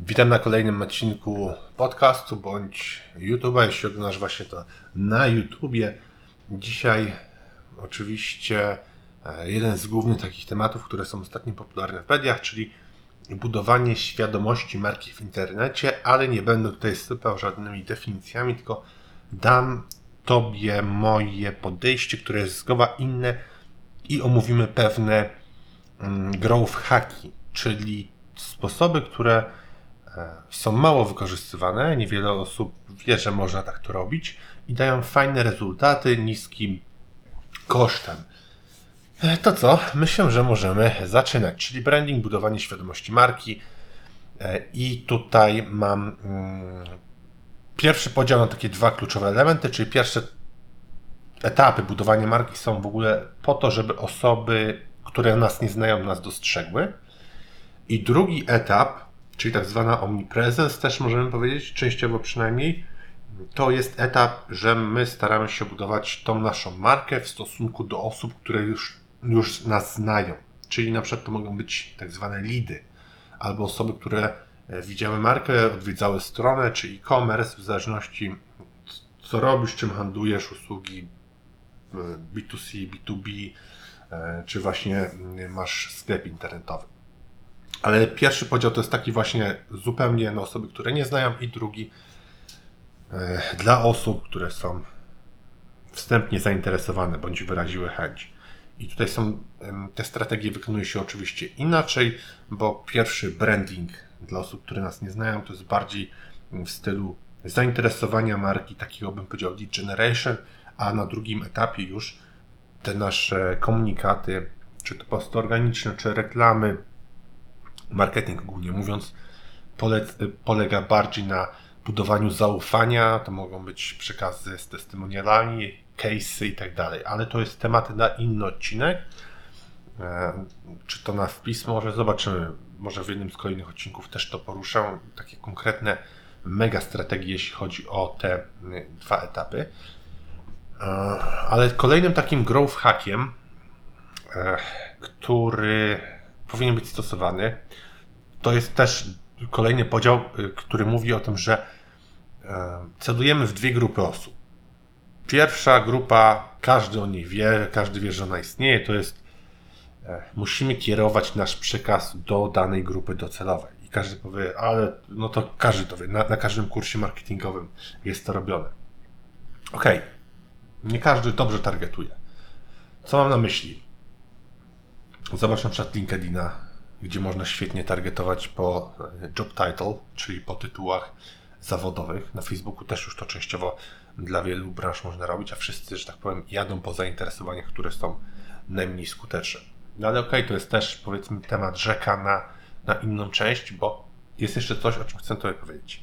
Witam na kolejnym odcinku podcastu bądź YouTube'a, jeśli oglądasz właśnie to na YouTubie. Dzisiaj oczywiście jeden z głównych takich tematów, które są ostatnio popularne w mediach, czyli budowanie świadomości marki w internecie, ale nie będę tutaj sypał żadnymi definicjami, tylko dam Tobie moje podejście, które jest zgoła inne i omówimy pewne growth hacki, czyli sposoby, które są mało wykorzystywane, niewiele osób wie, że można tak to robić i dają fajne rezultaty niskim kosztem. To co? Myślę, że możemy zaczynać, czyli branding, budowanie świadomości marki i tutaj mam pierwszy podział na takie dwa kluczowe elementy, czyli pierwsze etapy budowania marki są w ogóle po to, żeby osoby, które nas nie znają, nas dostrzegły i drugi etap, czyli tak zwana omnipresence, też możemy powiedzieć, częściowo przynajmniej, to jest etap, że my staramy się budować tą naszą markę w stosunku do osób, które już nas znają. Czyli na przykład to mogą być tak zwane leady, albo osoby, które widziały markę, odwiedzały stronę, czy e-commerce, w zależności co robisz, czym handlujesz, usługi B2C, B2B, czy właśnie masz sklep internetowy. Ale pierwszy podział to jest taki właśnie zupełnie na osoby, które nie znają i drugi dla osób, które są wstępnie zainteresowane bądź wyraziły chęć. I tutaj są te strategie wykonuje się oczywiście inaczej, bo pierwszy branding dla osób, które nas nie znają, to jest bardziej w stylu zainteresowania marki, takiego bym powiedział lead generation, a na drugim etapie już te nasze komunikaty, czy to posty organiczne, czy reklamy, marketing ogólnie mówiąc, polega bardziej na budowaniu zaufania, to mogą być przekazy z testimonialami, case'y i tak dalej, ale to jest temat na inny odcinek. Czy to na wpis może zobaczymy, może w jednym z kolejnych odcinków też to poruszę, takie konkretne mega strategie, jeśli chodzi o te dwa etapy. Ale kolejnym takim growth hackiem, który powinien być stosowany, to jest też kolejny podział, który mówi o tym, że celujemy w dwie grupy osób. Pierwsza grupa, każdy o niej wie, każdy wie, że ona istnieje, to jest musimy kierować nasz przekaz do danej grupy docelowej. I każdy powie, ale no to każdy to wie, na każdym kursie marketingowym jest to robione. Okej, nie każdy dobrze targetuje. Co mam na myśli? Zobacz na przykład LinkedIna, gdzie można świetnie targetować po job title, czyli po tytułach zawodowych. Na Facebooku też już to częściowo dla wielu branż można robić, a wszyscy, że tak powiem, jadą po zainteresowaniach, które są najmniej skuteczne. No ale okej, to jest też powiedzmy temat rzeka na inną część, bo jest jeszcze coś, o czym chcę tutaj powiedzieć.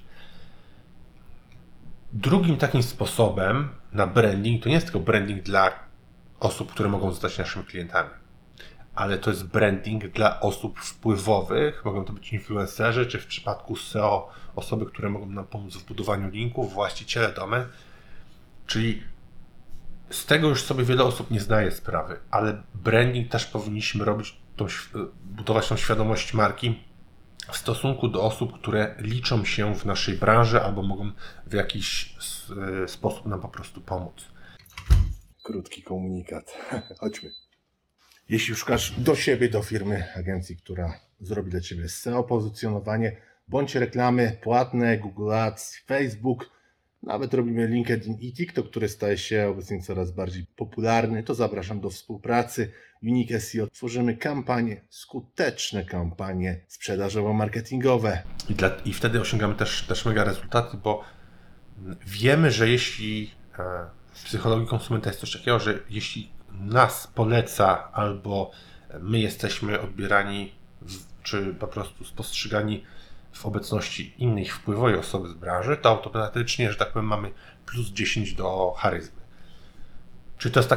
Drugim takim sposobem na branding to nie jest tylko branding dla osób, które mogą zostać naszymi klientami, ale to jest branding dla osób wpływowych, mogą to być influencerzy, czy w przypadku SEO osoby, które mogą nam pomóc w budowaniu linków, właściciele domen, czyli z tego już sobie wiele osób nie zdaje sprawy, ale branding też powinniśmy robić, budować tą świadomość marki w stosunku do osób, które liczą się w naszej branży albo mogą w jakiś sposób nam po prostu pomóc. Krótki komunikat. Chodźmy. Jeśli szukasz do siebie, do firmy, agencji, która zrobi dla Ciebie SEO, pozycjonowanie, bądź reklamy płatne, Google Ads, Facebook, nawet robimy LinkedIn i TikTok, który staje się obecnie coraz bardziej popularny, to zapraszam do współpracy. Unique SEO. Tworzymy kampanie, skuteczne kampanie sprzedażowo-marketingowe. I wtedy osiągamy też mega rezultaty, bo wiemy, że jeśli w psychologii konsumenta jest coś takiego, że jeśli nas poleca albo my jesteśmy odbierani czy po prostu spostrzegani w obecności innych wpływowej osoby z branży, to automatycznie, że tak powiem, mamy plus 10 do charyzmy. Czyli to jest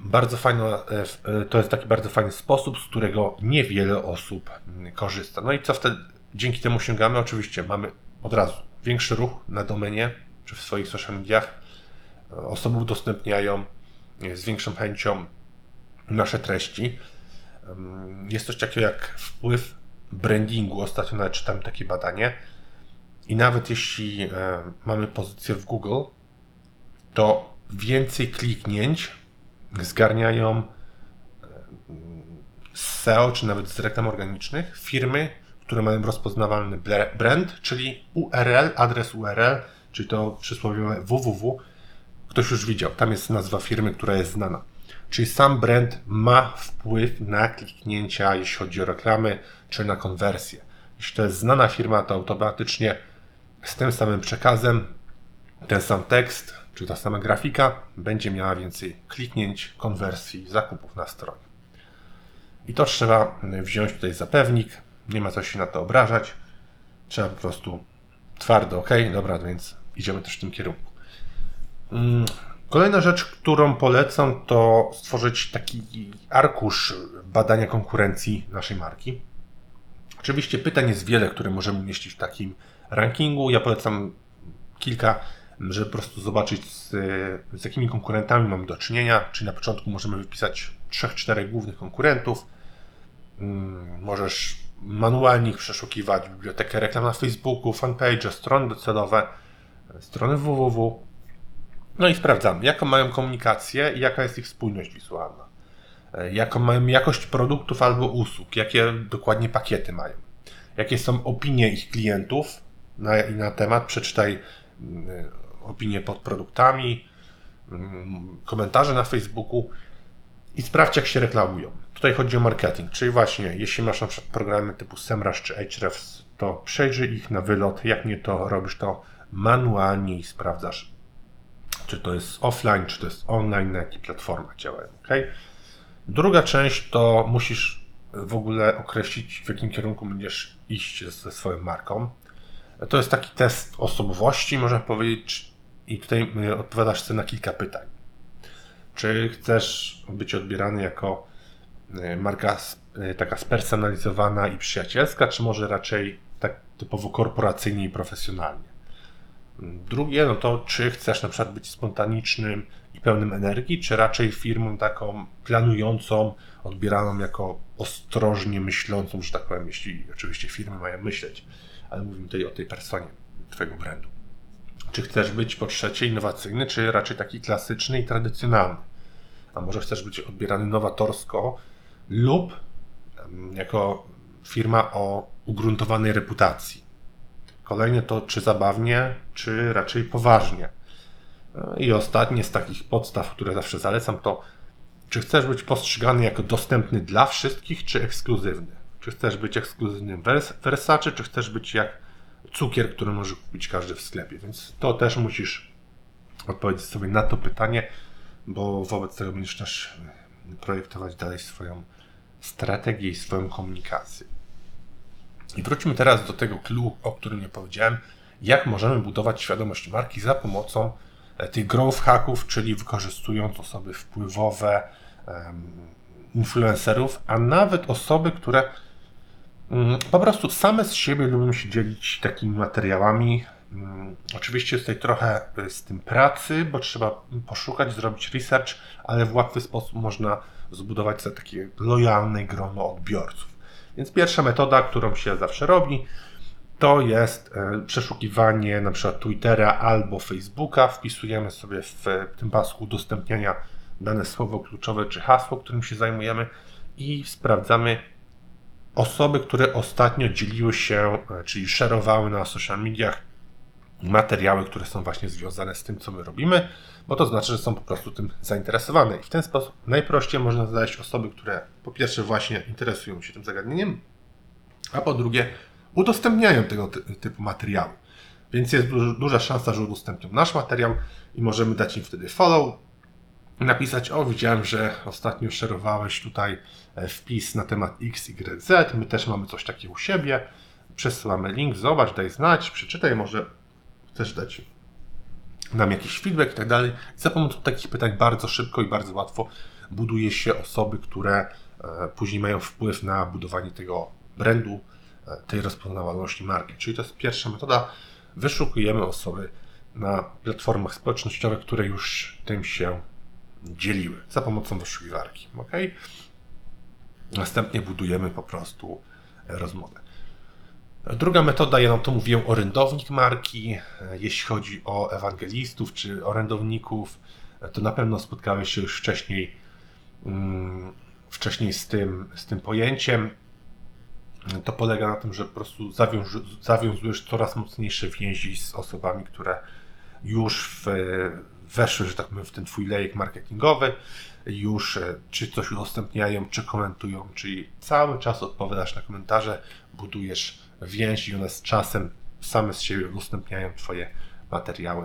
taki bardzo fajny sposób, z którego niewiele osób korzysta. No i co wtedy dzięki temu osiągamy? Oczywiście mamy od razu większy ruch na domenie czy w swoich social mediach. Osoby udostępniają z większą chęcią nasze treści. Jest coś takiego jak wpływ brandingu. Ostatnio nawet czytałem takie badanie, i nawet jeśli mamy pozycję w Google, to więcej kliknięć zgarniają z SEO, czy nawet z reklam organicznych firmy, które mają rozpoznawalny brand, czyli URL, adres URL, czyli to przysłowiowe www. Ktoś już widział, tam jest nazwa firmy, która jest znana. Czyli sam brand ma wpływ na kliknięcia, jeśli chodzi o reklamy, czy na konwersję. Jeśli to jest znana firma, to automatycznie z tym samym przekazem, ten sam tekst, czy ta sama grafika będzie miała więcej kliknięć, konwersji, zakupów na stronie. I to trzeba wziąć tutaj za pewnik, nie ma co się na to obrażać, trzeba po prostu twardo, ok, dobra, więc idziemy też w tym kierunku. Kolejna rzecz, którą polecam, to stworzyć taki arkusz badania konkurencji naszej marki. Oczywiście pytań jest wiele, które możemy umieścić w takim rankingu. Ja polecam kilka, żeby po prostu zobaczyć z jakimi konkurentami mamy do czynienia. Czyli na początku możemy wypisać 3-4 głównych konkurentów. Możesz manualnie ich przeszukiwać, bibliotekę reklam na Facebooku, fanpage, strony docelowe, strony www. No i sprawdzamy, jaką mają komunikację i jaka jest ich spójność wizualna. Jaką mają jakość produktów albo usług, jakie dokładnie pakiety mają. Jakie są opinie ich klientów na temat, przeczytaj opinie pod produktami, komentarze na Facebooku i sprawdź, jak się reklamują. Tutaj chodzi o marketing, czyli właśnie jeśli masz na przykład programy typu SEMrush czy Ahrefs, to przejrzyj ich na wylot, jak nie to robisz to manualnie i sprawdzasz, czy to jest offline, czy to jest online, na jakich platformach działają. Okay? Druga część to musisz w ogóle określić, w jakim kierunku będziesz iść ze swoją marką. To jest taki test osobowości, można powiedzieć, i tutaj odpowiadasz sobie na kilka pytań. Czy chcesz być odbierany jako marka taka spersonalizowana i przyjacielska, czy może raczej tak typowo korporacyjnie i profesjonalnie? Drugie, no to czy chcesz na przykład być spontanicznym i pełnym energii, czy raczej firmą taką planującą, odbieraną jako ostrożnie myślącą, że tak powiem, jeśli oczywiście firmy mają myśleć, ale mówimy tutaj o tej personie twojego brandu. Czy chcesz być po trzecie innowacyjny, czy raczej taki klasyczny i tradycjonalny? A może chcesz być odbierany nowatorsko lub jako firma o ugruntowanej reputacji? Kolejne to czy zabawnie, czy raczej poważnie. I ostatnie z takich podstaw, które zawsze zalecam, to czy chcesz być postrzegany jako dostępny dla wszystkich, czy ekskluzywny? Czy chcesz być ekskluzywnym Versace, czy chcesz być jak cukier, który może kupić każdy w sklepie? Więc to też musisz odpowiedzieć sobie na to pytanie, bo wobec tego będziesz też projektować dalej swoją strategię i swoją komunikację. I wróćmy teraz do tego clue, o którym nie powiedziałem, jak możemy budować świadomość marki za pomocą tych growth hacków, czyli wykorzystując osoby wpływowe, influencerów, a nawet osoby, które po prostu same z siebie lubią się dzielić takimi materiałami. Oczywiście jest tutaj trochę z tym pracy, bo trzeba poszukać, zrobić research, ale w łatwy sposób można zbudować sobie takie lojalne grono odbiorców. Więc pierwsza metoda, którą się zawsze robi, to jest przeszukiwanie na przykład Twittera albo Facebooka. Wpisujemy sobie w tym pasku udostępniania dane słowo kluczowe czy hasło, którym się zajmujemy i sprawdzamy osoby, które ostatnio dzieliły się, czyli szerowały na social mediach materiały, które są właśnie związane z tym, co my robimy, bo to znaczy, że są po prostu tym zainteresowane. I w ten sposób najprościej można znaleźć osoby, które po pierwsze właśnie interesują się tym zagadnieniem, a po drugie udostępniają tego typu materiały. Więc jest duża szansa, że udostępnią nasz materiał i możemy dać im wtedy follow, napisać: o, widziałem, że ostatnio szerowałeś tutaj wpis na temat XYZ, my też mamy coś takiego u siebie, przesyłamy link, zobacz, daj znać, przeczytaj, może chcesz dać nam jakiś feedback i tak dalej. Za pomocą takich pytań bardzo szybko i bardzo łatwo buduje się osoby, które później mają wpływ na budowanie tego brandu, tej rozpoznawalności marki. Czyli to jest pierwsza metoda. Wyszukujemy osoby na platformach społecznościowych, które już tym się dzieliły za pomocą wyszukiwarki. Okay? Następnie budujemy po prostu rozmowę. Druga metoda, ja to mówię orędownik marki. Jeśli chodzi o ewangelistów czy orędowników, to na pewno spotkałeś się już wcześniej z tym pojęciem. To polega na tym, że po prostu zawiązujesz coraz mocniejsze więzi z osobami, które już weszły, że tak powiem, w ten twój lejek marketingowy, już czy coś udostępniają, czy komentują, czyli cały czas odpowiadasz na komentarze, budujesz więź i one z czasem same z siebie udostępniają twoje materiały.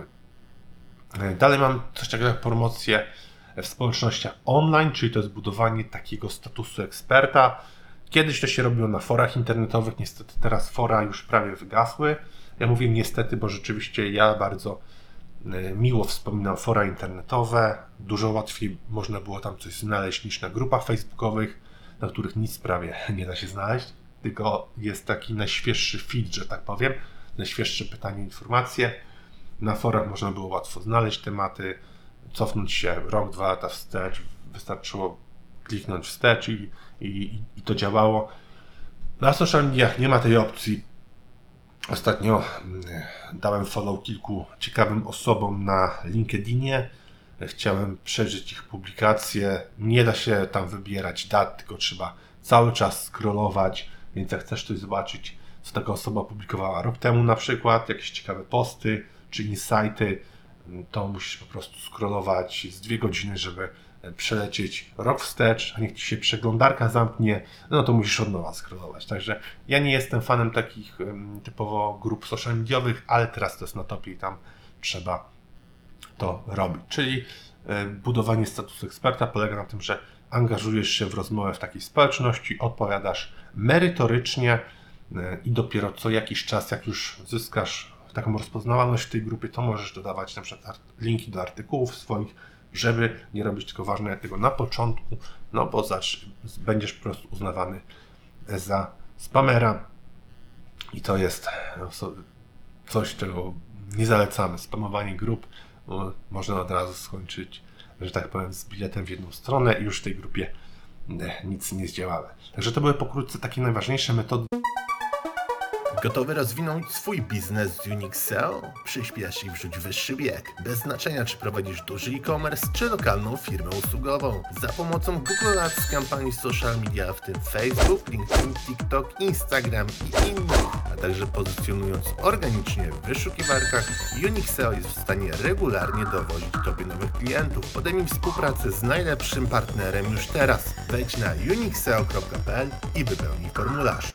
Dalej mam coś takiego jak promocje w społecznościach online, czyli to jest budowanie takiego statusu eksperta. Kiedyś to się robiło na forach internetowych, niestety teraz fora już prawie wygasły. Ja mówię niestety, bo rzeczywiście ja bardzo miło wspominam fora internetowe. Dużo łatwiej można było tam coś znaleźć niż na grupach facebookowych, na których nic prawie nie da się znaleźć, tylko jest taki najświeższy feed, że tak powiem, najświeższe pytanie, informacje. Na forach można było łatwo znaleźć tematy, cofnąć się rok, 2 lata wstecz, wystarczyło kliknąć wstecz i to działało. Na social mediach nie ma tej opcji. Ostatnio dałem follow kilku ciekawym osobom na LinkedInie. Chciałem przejrzeć ich publikacje. Nie da się tam wybierać dat, tylko trzeba cały czas scrollować, więc jak chcesz coś zobaczyć, co taka osoba publikowała rok temu na przykład, jakieś ciekawe posty czy insighty, to musisz po prostu scrollować z 2 godziny, żeby przelecieć rok wstecz, a niech Ci się przeglądarka zamknie, no to musisz od nowa scrollować. Także ja nie jestem fanem takich typowo grup social mediowych, ale teraz to jest na topie i tam trzeba to robić. Czyli budowanie statusu eksperta polega na tym, że angażujesz się w rozmowę w takiej społeczności, odpowiadasz merytorycznie i dopiero co jakiś czas, jak już zyskasz taką rozpoznawalność w tej grupie, to możesz dodawać na przykład linki do artykułów swoich, żeby nie robić tylko ważne tego na początku, no bo będziesz po prostu uznawany za spamera i to jest coś, czego nie zalecamy. Spamowanie grup można od razu skończyć, że tak powiem, z biletem w jedną stronę i już w tej grupie nic nie zdziałamy. Także to były pokrótce takie najważniejsze metody. Gotowy rozwinąć swój biznes z Unix SEO? Przyspiesz i wrzuć wyższy bieg. Bez znaczenia, czy prowadzisz duży e-commerce, czy lokalną firmę usługową. Za pomocą Google Ads, kampanii social media, w tym Facebook, LinkedIn, TikTok, Instagram i innych, a także pozycjonując organicznie w wyszukiwarkach, Unix SEO jest w stanie regularnie dowozić Tobie nowych klientów. Podejmij współpracę z najlepszym partnerem już teraz. Wejdź na unixseo.pl i wypełnij formularz.